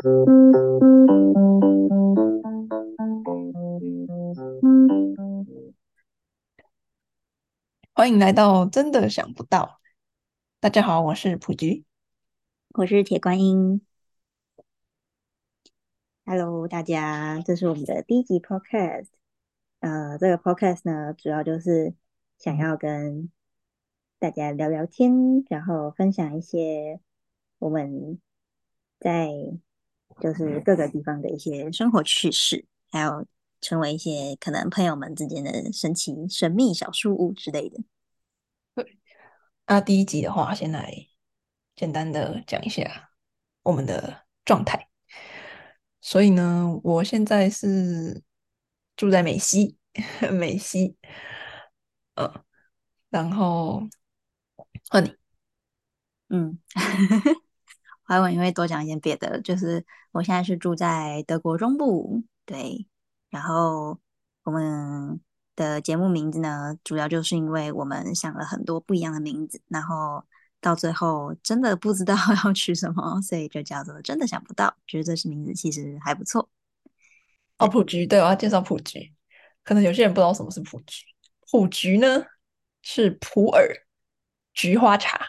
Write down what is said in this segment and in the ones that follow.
欢迎来到真的想不到。大家好，我是普菊。 我是铁观音，Hello，大家，这是我们的第一集 Podcast。这个 Podcast 呢，主要就是想要跟大家聊聊天，然后分享一些我们在就是各个地方的一些生活趣事，还有成为一些可能朋友们之间的神奇、神秘小树屋之类的。 对，那第一集的话，先来简单的讲一下我们的状态。所以呢，我现在是住在美西，美西，嗯，然后换你。 嗯，我还以为你会多讲一点别的，就是我现在是住在德国中部，对，然后我们的节目名字呢，主要就是因为我们想了很多不一样的名字，然后到最后真的不知道要取什么，所以就叫做真的想不到，觉得这是名字其实还不错。 哦， 对普菊，对，我要介绍普菊。可能有些人不知道什么是普菊。普菊呢是普洱菊花茶，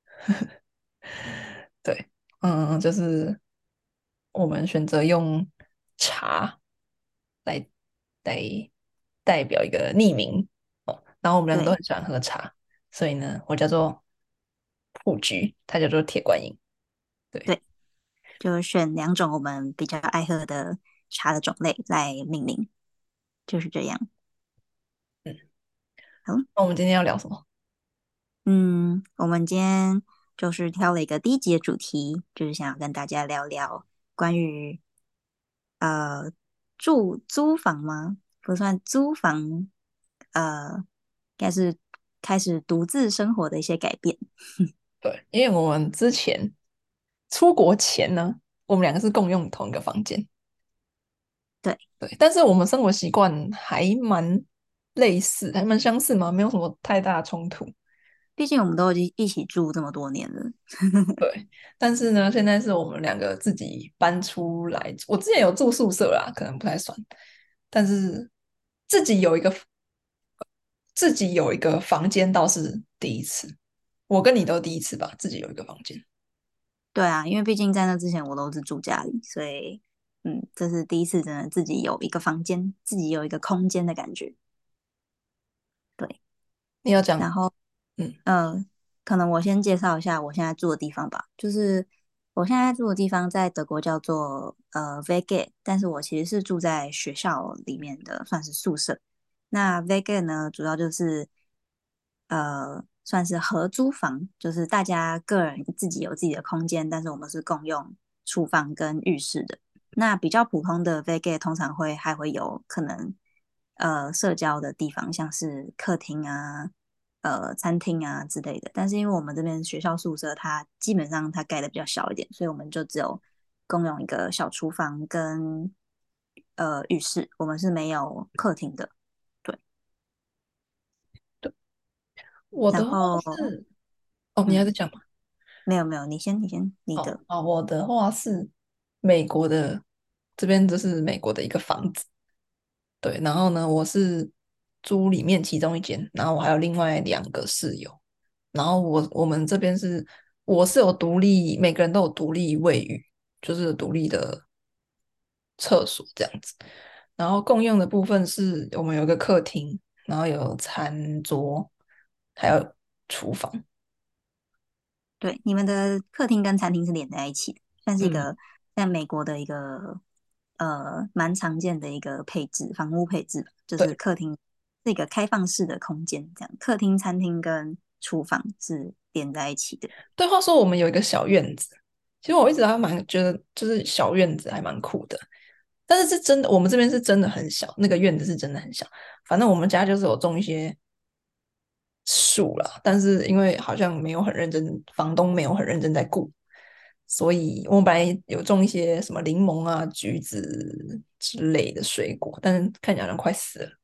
对，就是我们选择用茶来来代表一个匿名哦，然后我们两个都对很喜欢喝茶，所以呢，我叫做普菊，他叫做铁观音，对， 对，就选两种我们比较爱喝的茶的种类来命名，就是这样。 嗯， 好， 那我们今天要聊什么？ 嗯，我们今天就是挑了一个第一集的主题，就是想要跟大家聊聊关于呃租房吗？不算租房，应该是开始独自生活的一些改变。 对，因为我们之前出国前呢，我们两个是共用同一个房间， 对， 对，但是我们生活习惯还蛮类似，还蛮相似嘛，没有什么太大冲突。 毕竟我们都已经一起住这么多年了。 对，但是呢，现在是我们两个自己搬出来。我之前有住宿舍啦，可能不太算，但是自己有一个自己有一个房间倒是第一次。我跟你都第一次吧，自己有一个房间。 对啊，因为毕竟在那之前我都是住家里，所以这是第一次真的自己有一个房间，自己有一个空间的感觉。对， 你要讲， 然后嗯， 呃，可能我先介绍一下我现在住的地方吧。就是我现在住的地方在德国叫做WG，但是我其实是住在学校里面的，算是宿舍。那 WG 呢，主要就是算是合租房，就是大家个人自己有自己的空间，但是我们是共用厨房跟浴室的。那比较普通的 WG 通常还会有可能社交的地方，像是客厅啊。餐厅啊之类的。但是因为我们这边学校宿舍，它基本上它盖的比较小一点，所以我们就只有共用一个小厨房跟浴室，我们是没有客厅的。对， 对，我的话然后是，哦，你还嗯， 在讲吗？ 没有没有，你先，你的。 哦哦，我的话是美国的，这边就是美国的一个房子。对，然后呢，我是租里面其中一间，然后我还有另外两个室友，然后我们这边是我是有独立，每个人都有独立卫浴，就是独立的厕所这样子，然后共用的部分是我们有一个客厅，然后有餐桌，还有厨房， 对，你们的客厅跟餐厅是连在一起的，算是一嗯， 个在美国的一个蛮常见的一个配置，房屋配置吧，就是对客厅是一个开放式的空间，这样客厅、餐厅跟厨房是连在一起的。 对。话说我们有一个小院子，其实我一直还蛮觉得就是小院子还蛮酷的。但是是真的，我们这边是真的很小，那个院子是真的很小。反正我们家就是有种一些树啦，但是因为好像没有很认真，房东没有很认真在顾，所以我们本来有种一些什么柠檬啊、橘子之类的水果，但是看起来好像快死了。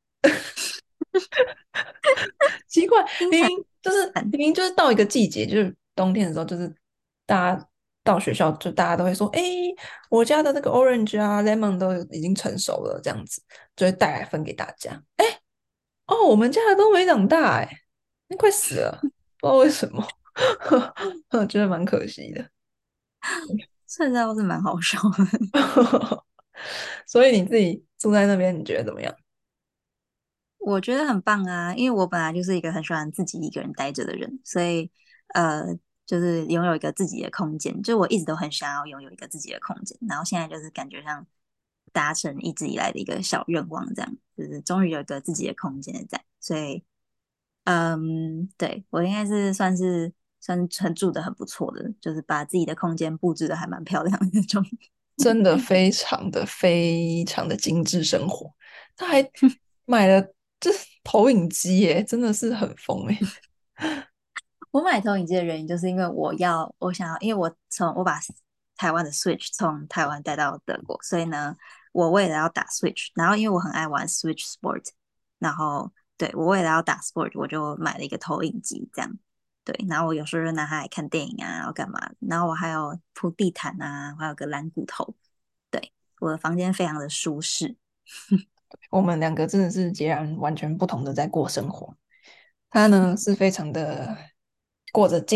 奇怪， 听起来明明就是很明明就是到一个季节，就是冬天的时候，就是大家到学校就大家都会说，我家的那个 orange 啊，lemon 都已经成熟了，这样子就会带来分给大家。哦，我们家的都没长大，那快死了，不知道为什么，我觉得蛮可惜的。 这倒是蛮好笑的。 所以你自己住在那边，你觉得怎么样？ 我觉得很棒啊，因为我本来就是一个很喜欢自己一个人待着的人，所以呃，就是拥有一个自己的空间，就我一直都很想要拥有一个自己的空间，然后现在就是感觉上达成一直以来的一个小愿望，这样就是终于有一个自己的空间在，所以对我应该是算是很住的很不错的，就是把自己的空间布置的还蛮漂亮的那种。 真的非常的精致生活，他还买了就是投影机耶，真的是很疯诶。 我买投影机的原因就是因为我想要，因为我把台湾的 Switch 从台湾带到德国，所以呢，我为了要打 Switch，然后因为我很爱玩 Switch Sport，然后对我为了要打 Sport，我就买了一个投影机，这样对，然后我有时候就拿它来看电影啊，要干嘛，然后我还有铺地毯啊，还有个蓝骨头，对，我的房间非常的舒适。 我们两个真的是截然完全不同的在过生活。他呢是非常的过着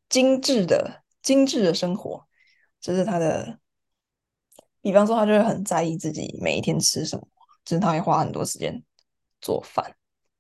精致的生活，这是他的。比方说，他就会很在意自己每一天吃什么，就是他会花很多时间做饭。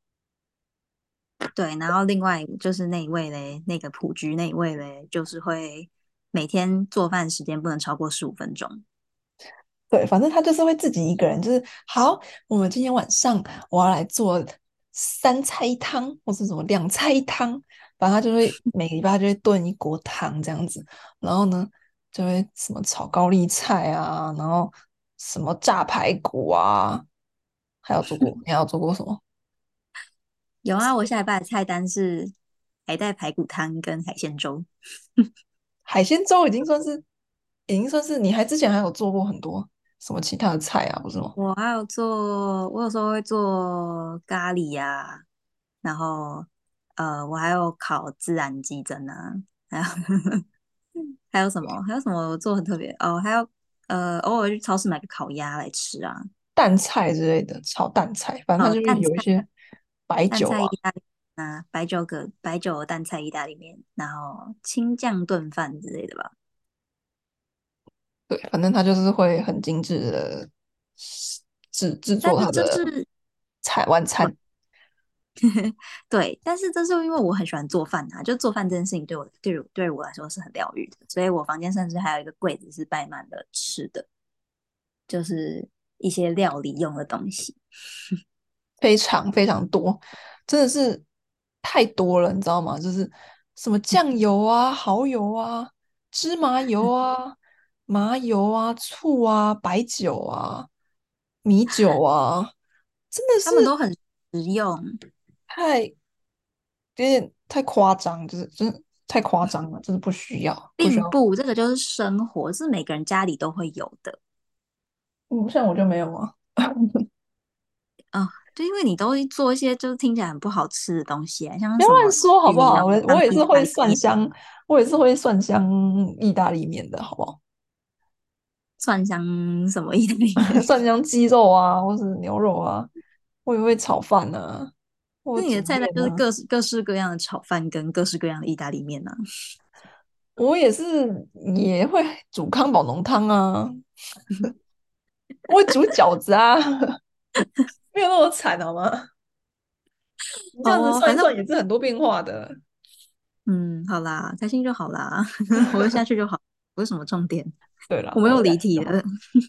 对，然后另外就是那一位嘞，那个普居那一位嘞，就是会每天做饭时间不能超过15分钟。 对，反正他就是会自己一个人，就是好，我们今天晚上我要来做3菜1汤，或是什么2菜1汤，反正他就会每个礼拜就会炖一锅汤这样子，然后呢就会什么炒高丽菜啊，然后什么炸排骨啊，还有做过，你还有做过什么有啊，我下礼拜的菜单是海带排骨汤跟海鲜粥。 海鲜粥已经算是你之前还有做过很多什么其他的菜啊，不是吗？ 我还有做，我有时候会做咖喱呀、然后我还有烤孜然鸡胗啊，还有还有什么？还有什么我做很特别哦？还有偶尔去超市买个烤鸭来吃啊。 蛋菜之类的，炒蛋菜，反正它就是蛋菜有一些白蛋酒啊。 菜意大利面啊，白酒蛋菜意大利面，然后青酱炖饭之类的吧。 对，反正他就是会很精致的制作但是他的这是晚餐。 对，但是这是因为我很喜欢做饭啊，就做饭这件事情对我来说是很疗愈的，所以我房间甚至还有一个柜子是摆满了吃的，就是一些料理用的东西。 非常非常多，真的是太多了，你知道吗？就是什么酱油啊、蚝油啊、芝麻油啊、麻油啊、醋啊、白酒啊、米酒啊，真的是他们都很实用， 太有点太夸张，就是真的太夸张了，就是不需要。 并不，这个就是生活，是每个人家里都会有的像我就没有啊。 啊。就因为你都会做一些就是听起来很不好吃的东西啊，像不要乱是什么说好不好？ 鱼脑我汤意也是会大利面、 蒜香，我也是会蒜香意大利面的，好不好？ 蒜香什么意大利面。 蒜香鸡肉啊，或是牛肉啊，我也会炒饭啊，或者煮那你的菜单面啊。 就是各式各样的炒饭跟各式各样的意大利面呢、啊？ 我也会煮康宝浓汤啊，我会煮饺子啊，没有那么惨好吗？你这样子哦，反正算一算也是很多变化的。 好啦，开心就好啦，活得下去就好，不是什么重点。 对了， 我们又活得下离题了。 去就好。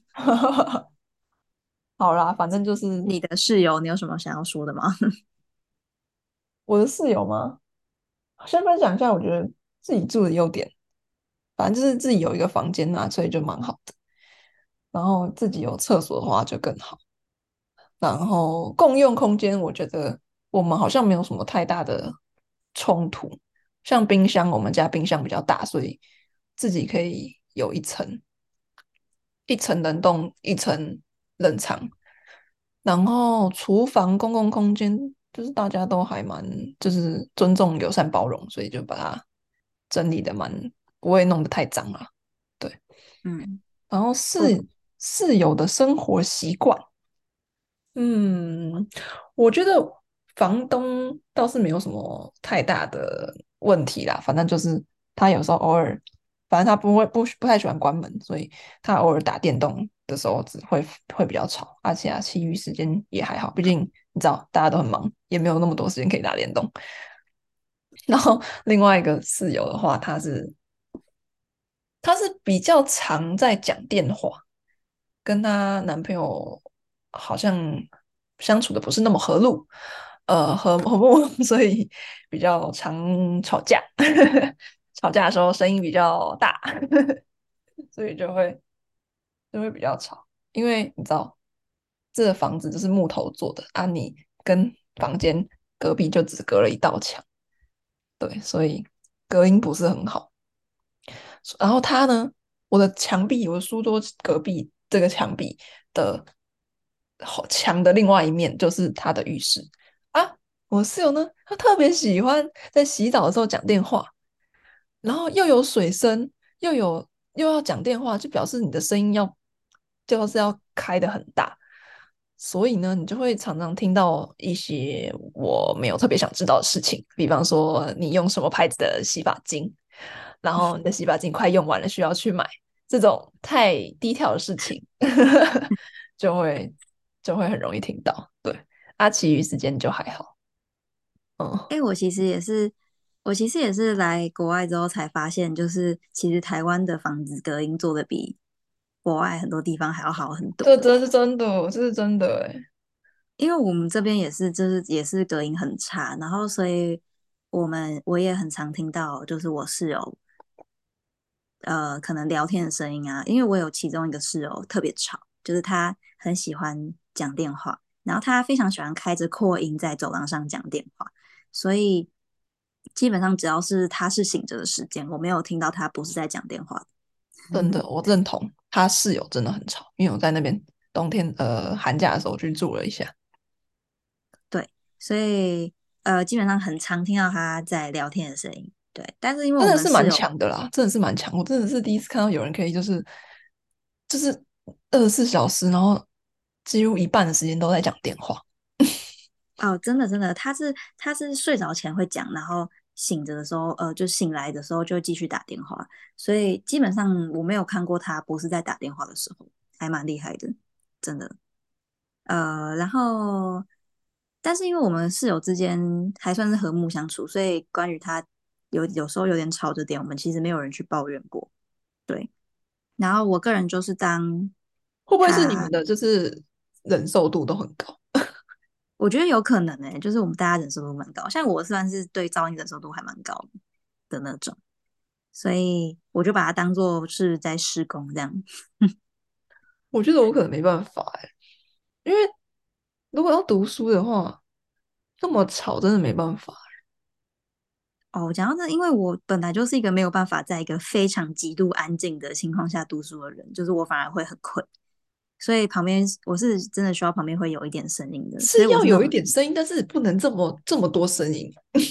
好啦，反正就是你的室友，你有什么想要说的吗？ 我的室友吗？先分享一下，我觉得自己住的优点。反正就是自己有一个房间啊，所以就蛮好的。然后自己有厕所的话就更好。然后共用空间，我觉得我们好像没有什么太大的冲突。像冰箱，我们家冰箱比较大，所以自己可以有一层冷冻，一层冷藏。然后厨房公共空间，就是大家都还蛮就是尊重、友善、包容，所以就把它整理的不会弄得太脏了。 嗯， 然后我室友的生活习惯，嗯，我觉得房东倒是没有什么太大的问题啦，反正就是他有时候偶尔，反正他不太喜欢关门，所以他偶尔打电动的时候会比较吵，而且其余时间也还好，毕竟你知道大家都很忙，也没有那么多时间可以打电动。然后另外一个室友的话，她是比较常在讲电话，跟她男朋友好像相处的不是那么和睦，和睦，所以比较常吵架。吵架的时候声音比较大，所以就会比较吵。因为你知道，这个房子就是木头做的啊，你跟房间隔壁就只隔了一道墙，对，所以隔音不是很好。然后他呢，我的书桌隔壁这个墙壁的墙的另外一面就是他的浴室啊。我室友呢，他特别喜欢在洗澡的时候讲电话，然后又有水声，又要讲电话，就表示你的声音就是要开的很大。所以呢，你就会常常听到一些我没有特别想知道的事情，比方说你用什么牌子的洗发精，然后你的洗发精快用完了，需要去买，这种太低调的事情，就会就会很容易听到。对，其余时间就还好。嗯， 哎，我其实也是来国外之后才发现，就是其实台湾的房子隔音做的比国外很多地方还要好很多。 这是真的，这是真的哎。 因为我们这边也是，就是也是隔音很差，然后所以我也很常听到，就是我室友可能聊天的声音啊，因为我有其中一个室友特别吵，就是他很喜欢讲电话，然后他非常喜欢开着扩音在走廊上讲电话，所以基本上只要是他是醒着的时间，我没有听到他不是在讲电话的。 真的，我认同他室友真的很吵，因为我在那边冬天寒假的时候去住了一下， 对，所以基本上很常听到他在聊天的声音。对，但是因为我真的是蛮们室友强的啦，真的是蛮强。我真的是第一次看到有人可以就是24小时，然后几乎一半的时间都在讲电话。 哦，真的真的，他是睡着前会讲，然后醒着的时候，就醒来的时候就继续打电话，所以基本上我没有看过他不是在打电话的时候，还蛮厉害的，真的。然后，但是因为我们室友之间还算是和睦相处，所以关于他有时候有点吵着点，我们其实没有人去抱怨过。对，然后我个人就是当会不会是你们他， 的就是忍受度都很高？ 我觉得有可能就是我们大家忍受度蛮高，像我算是对噪音忍受度还蛮高的那种，所以我就把它当做是在施工这样。 我觉得我可能没办法哎，因为如果要读书的话，这么吵真的没办法。 哦，讲到这，因为我本来就是一个没有办法在一个非常极度安静的情况下读书的人，就是我反而会很困，所以旁边我是真的需要旁边会有一点声音的，所以我是要有一是那种点声音，但是不能这么多声音。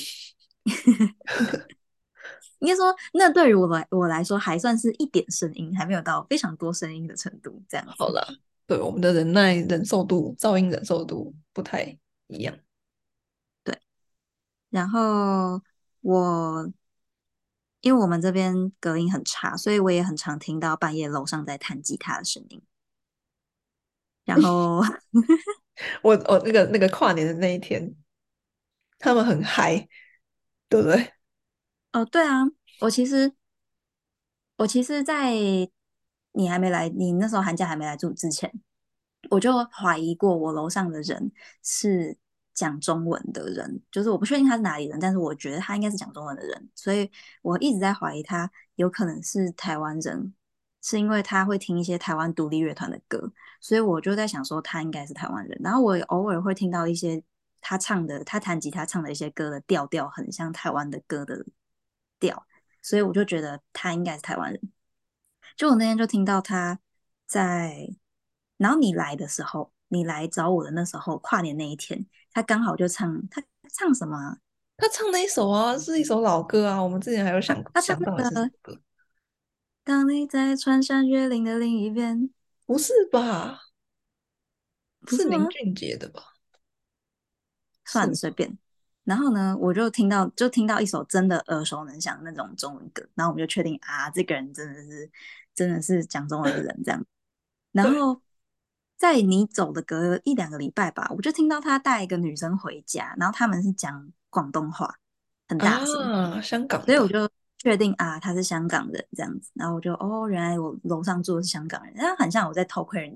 应该说，那对于我来说还算是一点声音，还没有到非常多声音的程度，这样子。 好啦，对，我们的忍受度、噪音忍受度不太一样。 对，然后我因为我们这边隔音很差，所以我也很常听到半夜楼上在弹吉他的声音。然后我那个跨年的那一天，他们很嗨，对不对？ 哦，对啊，我其实我其实，在你还没来，你那时候寒假还没来住之前，我就怀疑过我楼上的人是讲中文的人，就是我不确定他是哪里人，但是我觉得他应该是讲中文的人，所以我一直在怀疑他有可能是台湾人，是因为他会听一些台湾独立乐团的歌，所以我就在想说他应该是台湾人。然后我偶尔会听到一些他弹吉他唱的一些歌的调调很像台湾的歌的调，所以我就觉得他应该是台湾人。就我那天就听到他在，然后你来的时候，你来找我的那时候，跨年那一天，他刚好就他唱什么啊他唱那一首啊，是一首老歌啊，我们之前还有想他唱想到底是什么歌。 当你在穿山越岭的另一边， 不是吧？是不是吗？ 林俊杰的吧？是吗？ 算了，随便。然后呢，我就听到一首真的耳熟能详的那种中文歌，然后我们就确定啊，这个人真的是讲中文的人这样。然对后在你走的隔一两个礼拜吧，我就听到他带一个女生回家，然后他们是讲广东话，很大声， 啊，香港的。 所以我就确定啊，他是香港人这样子。然后我就哦，原来我楼上住的是香港人，那很像我在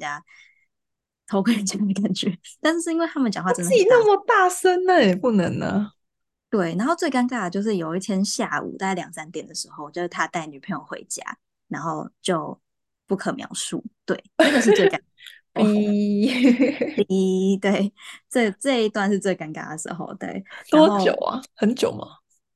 偷窥人家的感觉。但是因为他们讲话他自真的很大声。 己那么大声，那也不能啊。 对，然后最尴尬的就是有一天下午大概两三点的时候，就是他带女朋友回家，然后就不可描述。对，那个是最尴尬的时候。 逼对，这一段是最尴尬的时候。对，然多久后啊？很久吗？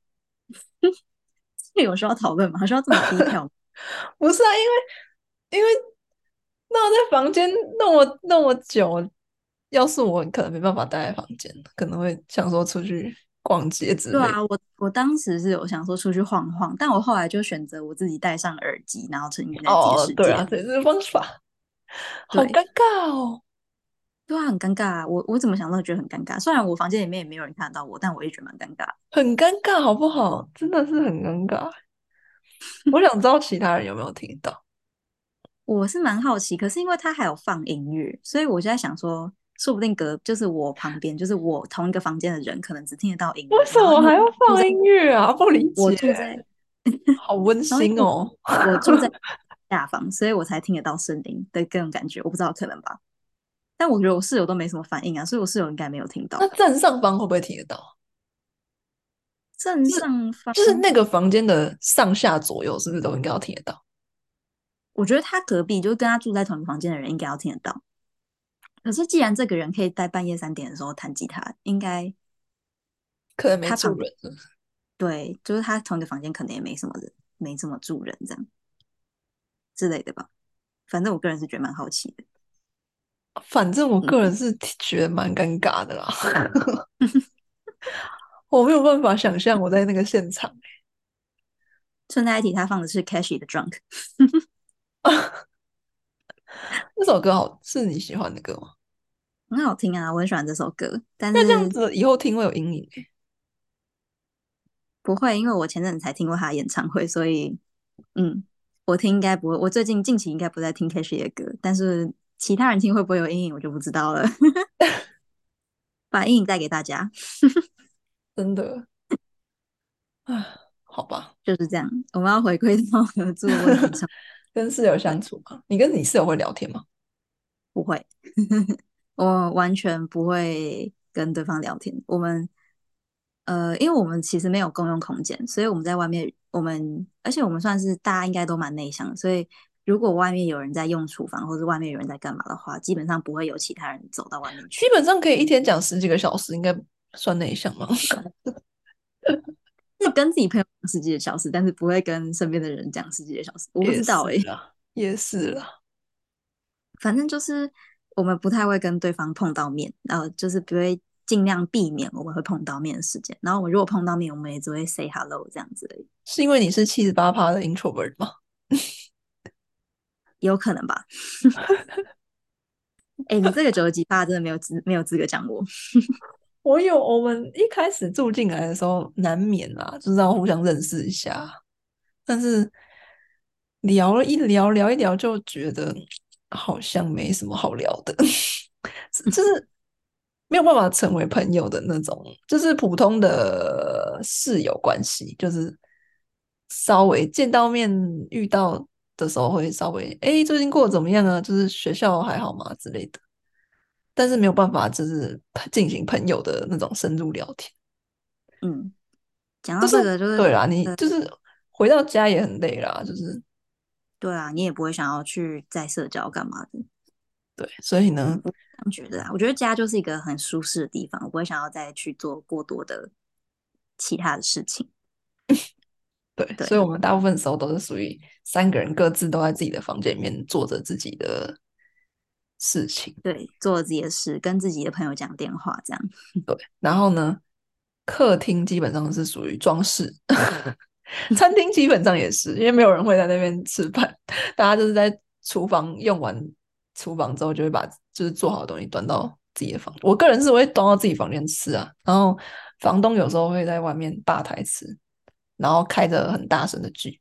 这有需要讨论吗？需要这么低调吗？ 不是啊，因为那在房间那么久，要是我可能没办法待在房间，可能会想说出去逛街之类的。 对啊，我当时是有想说出去晃晃，但我后来就选择我自己戴上耳机，然后沉浸在自己的哦， 世界。 对啊，这是方法，好对， 尴尬哦， 对啊，很尴尬啊。我怎么想都觉得很尴尬。虽然我房间里面也没有人看得到我，但我也觉得蛮尴尬的。 很尴尬，好不好？真的是很尴尬。我想知道其他人有没有听到？ 我是蛮好奇，可是因为他还有放音乐，所以我就在想说，说不定就是我旁边，就是我同一个房间的人，可能只听得到音乐， 为什然后因为么还要住在放音乐啊？不理解， 我住在， 好温然后因为馨哦。 我住在下方，所以我才听得到声音的各种感觉，我不知道可能吧。但我觉得我室友都没什么反应啊，所以我室友应该没有听到。 那正上方会不会听得到？ 正上方， 就是那个房间的上下左右，是不是都应该要听得到？ 我觉得他隔壁就是跟他住在同一个房间的人应该要听得到。可是既然这个人可以在半夜3点的时候弹吉他，应该可能没他旁边。 住人是不是？ 对，就是他同一个房间可能也没什么人，没这么住人这样之类的吧。反正我个人是觉得蛮好奇的。 反正我个嗯， 人是觉得蛮尴尬的啦，我没有办法想象我在那个现场。 顺带一提，他放的是 Cashy 的 Drunk， 那首歌是你喜欢的歌吗？ 很好听啊，我很喜欢这首歌。但那这样是子以后听会有阴影欸。 不会，因为我前阵子才听过他的演唱会，所以嗯，我听应该不会。我最近近期应该不在听 Cashy 的歌，但是其他人听会不会有阴影，我就不知道了。把阴影带给大家， 真的。唉，好吧。 就是这样。我们要回归到合作问题上。 跟室友对， 相处嘛，你跟你室友会聊天吗？ 不会。我完全不会跟对方聊天。因为我们其实没有共用空间，所以我们在外面，而且我们算是大家应该都蛮内向的，所以如果外面有人在用厨房，或者外面有人在干嘛的话，基本上不会有其他人走到外面去。 基本上可以一天讲十几个小时，应该算内向吗？ 是跟自己朋友讲十几个小时，但是不会跟身边的人讲十几个小时。我不也知道诶、 是啦，也是啦。 反正就是我们不太会跟对方碰到面，然后就是不会尽量避免我们会碰到面的时间。然后我们如果碰到面，我们也只会 say hello 这样子而已。 是因为你是78%的 introvert 吗？ 有可能吧。哎、你这个90几%真的没有资格讲我。 我们一开始住进来的时候，难免啦，就是要互相认识一下。但是聊一聊，就觉得好像没什么好聊的，就是没有办法成为朋友的那种，就是普通的室友关系，就是稍微见到面遇到的时候会稍微最近过得怎么样啊？就是学校还好吗之类的，但是没有办法就是进行朋友的那种深入聊天。 嗯，讲就是到这个，就是对啦，你就是回到家也很累啦，就是对啊，你也不会想要去再社交干嘛的。 对，所以呢， 我这样觉得啊，我觉得家就是一个很舒适的地方，我不会想要再去做过多的其他的事情。 对，所以对我们大部分时候都是属于三个人各自都在自己的房间里面做着自己的事情。 对，做自己的事，跟自己的朋友讲电话，这样。 对，然后呢，客厅基本上是属于装饰， 餐厅基本上也是，因为没有人会在那边吃饭，大家就是在厨房用完厨房之后，就会把就是做好的东西端到自己的房。我个人是会端到自己房间吃啊，然后房东有时候会在外面吧台吃，然后开着很大声的剧。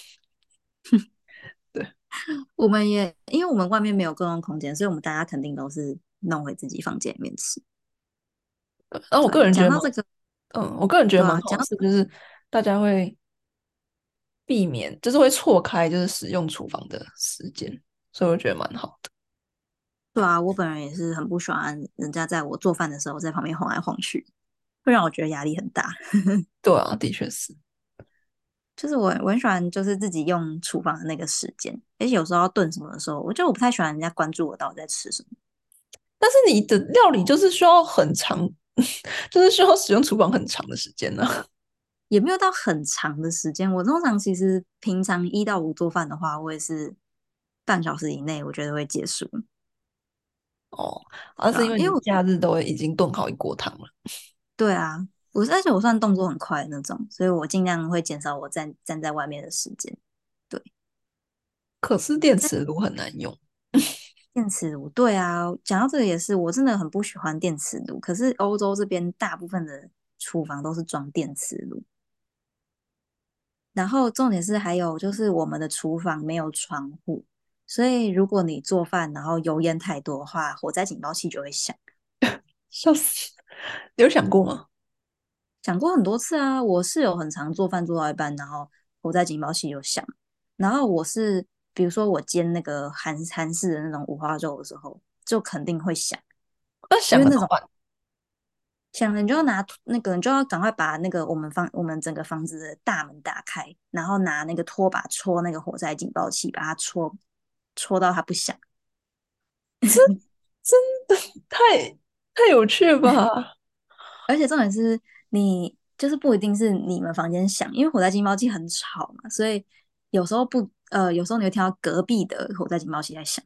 对， 我们也因为我们外面没有共用空间，所以我们大家肯定都是弄回自己房间里面吃。 然后我个对， 人觉得蛮， 讲到这个， 我个人觉得对啊， 蛮好的是，就是大家会避免，就是会错开就是使用厨房的时间，所以我觉得蛮好的。 对啊，我本人也是很不喜欢人家在我做饭的时候在旁边晃来晃去，会让我觉得压力很大。 对啊，的确是。 就是我很喜欢就是自己用厨房的那个时间，而且有时候要炖什么的时候，我觉得我不太喜欢人家关注我到底在吃什么。 但是你的料理就是需要很长，就是需要使用厨房很长的时间呢、 也没有到很长的时间。我通常其实平常1到5做饭的话，我也是半小时以内，我觉得会结束， 哦，而对啊， 是因为因为我你假日都会已经炖好一锅汤了。 对啊，而且我算动作很快的那种，所以我尽量会减少我站在外面的时间。对， 可是电磁炉很难用。 电磁炉，对啊，讲到这个也是，我真的很不喜欢电磁炉。可是欧洲这边大部分的厨房都是装电磁炉，然后重点是还有就是我们的厨房没有窗户，所以如果你做饭然后油烟太多的话，火灾警报器就会响。 笑死！有想过吗？ 讲过很多次啊，我室友很常做饭做到一半，然后火灾警报器就响。然后我是比如说我煎那个韩式的那种五花肉的时候，就肯定会响， 那因为那种想了怎么办？ 响了你就要拿那个，你就要赶快把那个我们整个房子的大门打开，然后拿那个拖把戳那个火灾警报器，把它戳到它不响。 这真的太有趣了吧？ 而且重点是你就是不一定是你们房间响，因为火灾警报器很吵嘛，所以有时候你会听到隔壁的火灾警报器在响。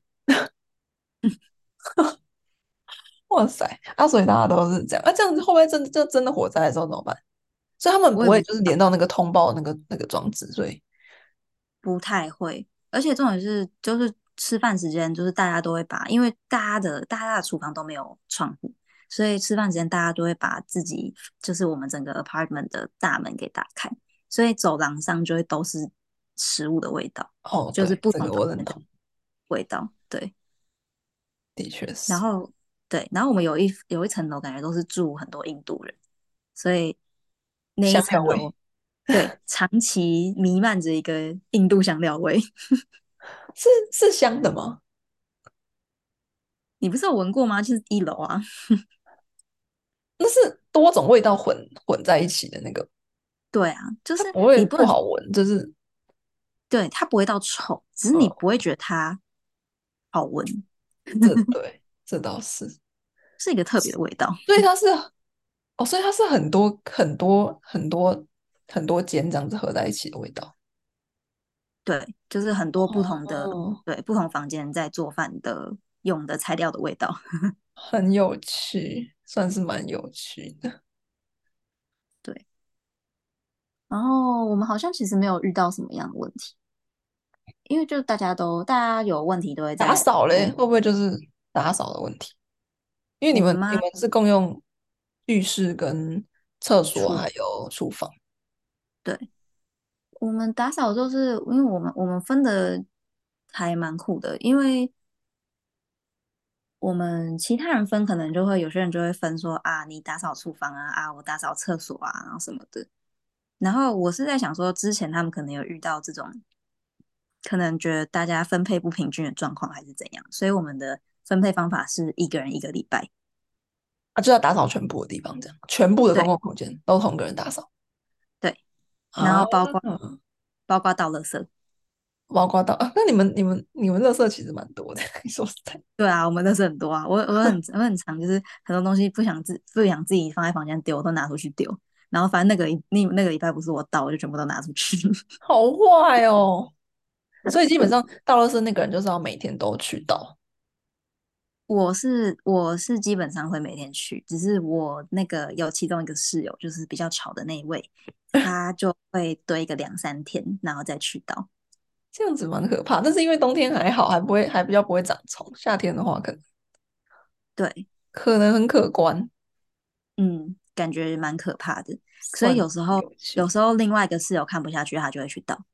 哇塞！啊，所以大家都是这样。啊，这样子会不会真的火灾的时候怎么办？所以他们我也不不会就是连到那个通报的那个装置，所以不太会，而且重点是就是吃饭时间，就是大家都会把，因为大家的厨房都没有窗户，所以吃饭时间大家都会把自己就是我们整个 apartment 的大门给打开，所以走廊上就会都是食物的味道， 哦，对， 就是不这个同房间的我认同， 味道，对。 的确是。 然后对，然后我们有一层楼，感觉都是住很多印度人，所以那一香料味层楼对长期弥漫着一个印度香料味。 是香的吗？ 你不是有闻过吗？就是1楼啊， 那是多种味道混在一起的那个， 对啊，就是它不会你不能说不好闻，就是对它不会到臭，只是你不嗯， 会觉得它好闻， 这对，这倒是。 是一个特别的味道。 所以它是哦，所以它是很多间这样子合在一起的味道。 对，就是很多不同的哦， 对不同房间在做饭的用的材料的味道。 很有趣，算是蛮有趣的。 对，然后我们好像其实没有遇到什么样的问题。因为就大家有问题都会打在我扫嘞，会不会就是打扫的问题？因为你我们妈们你们是共用浴室跟厕所厨还有厨房。 对，我们打扫就是因为我们分的还蛮酷的，因为我们其他人分可能就会有些人就会分说啊，你打扫厨房啊，我打扫厕所啊，然后什么的。然后我是在想说，之前他们可能有遇到这种，可能觉得大家分配不平均的状况还是怎样，所以我们的分配方法是一个人一个礼拜。 啊，就要打扫全部的地方，这样全部的公对共空间都同个人打扫对，然啊， 后包括倒垃圾。 包括到啊，那你们垃圾其实蛮多的，说实在， 对啊，我们垃圾很多啊，我很常就是很多东西不想自己放在房间丢，都拿出去丢。然后反正那个礼拜不是我倒，我就全部都拿出去。 好坏哦。所以基本上倒垃圾那个人就是要每天都去倒。 我是基本上会每天去，只是我那个有其中一个室友，就是比较吵的那一位，他就会堆个2、3天，然后再去到。 这样子蛮可怕。但是因为冬天还好，还不会，还比较不会长虫。夏天的话， 对， 可能很可观， 嗯，感觉蛮可怕的。所以算是有时候有趣。 有时候另外一个室友看不下去，他就会去倒。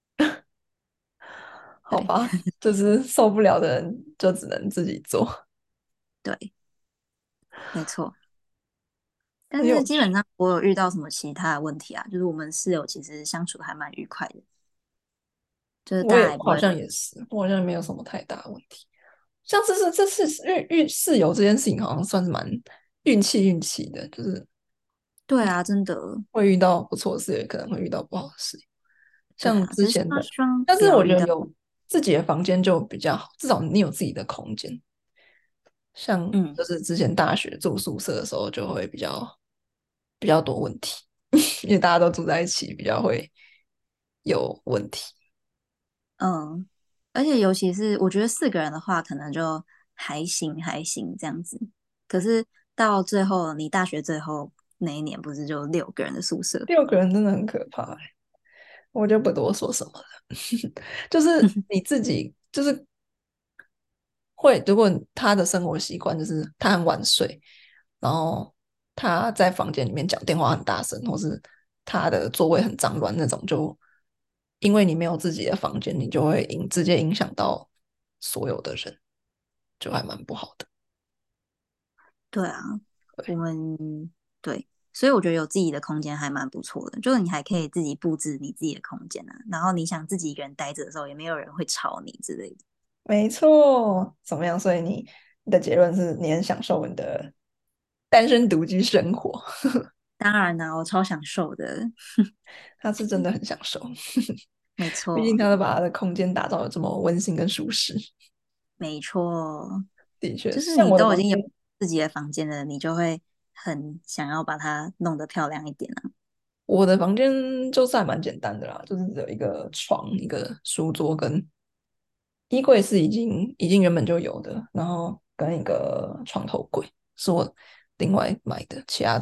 对好吧，就是受不了的人就只能自己做， 对，没错。但很有趣。 是基本上我有遇到什么其他的问题啊？就是我们室友其实相处还蛮愉快的，就是我也好大家也不会。 像也是，我好像没有什么太大的问题。像这次室友这件事情，好像算是蛮运气的，就是对啊，真的。 会遇到不错的事，也可能会遇到不好的事。像对啊，只是希之前的， 望希望但是我不要遇到。 觉得有自己的房间就比较好，至少你有自己的空间。像嗯就是之前大学住宿舍的时候，就会比较多问题，因为大家都住在一起，比较会有问题。 嗯，而且尤其是我觉得4个人的话，可能就还行这样子。可是到最后，你大学最后那一年不是就6个人的宿舍？ 6个人真的很可怕欸，我就不多说什么了。就是你自己，就是会，如果他的生活习惯就是他很晚睡，然后他在房间里面讲电话很大声，或是他的座位很脏乱那种，就因为你没有自己的房间，你就会直接影响到所有的人，就还蛮不好的。 对啊，我对， 们对，所以我觉得有自己的空间还蛮不错的，就是你还可以自己布置你自己的空间啊，然后你想自己一个人待着的时候，也没有人会吵你之类的。 没错。怎么样？所以你的结论是你很享受你的单身独居生活， 当然啦，我超享受的。 他是真的很享受， 没毕竟错， 他都把他的空间打造的这么温馨跟舒适。 没错， 的确， 就是像你都已经有我的房间， 自己的房间了，你就会很想要把它弄得漂亮一点啊。 我的房间就是还蛮简单的啦，就是只有一个床、一个书桌跟衣柜是已经原本就有的，然后跟一个床头柜是我另外买的，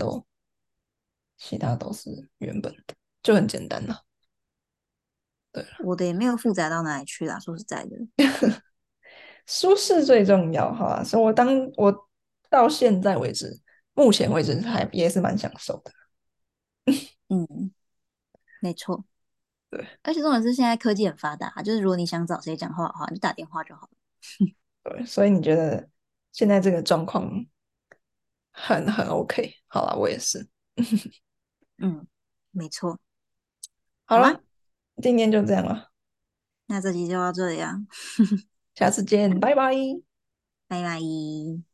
其他都是原本的，就很简单啦。对， 我的也没有复杂到哪里去啦，说实在的。 舒适最重要哈，所以我到现在为止，目前为止还也是蛮享受的。 嗯，没错。 对而且重点是现在科技很发达，就是如果你想找谁讲话的话，你就打电话就好了。 对，所以你觉得现在这个状况很 OK？好了，我也是。 嗯，没错。好啊， 好了，今天就这样了， 那这集就到这里啊， 下次见，拜拜。 拜拜。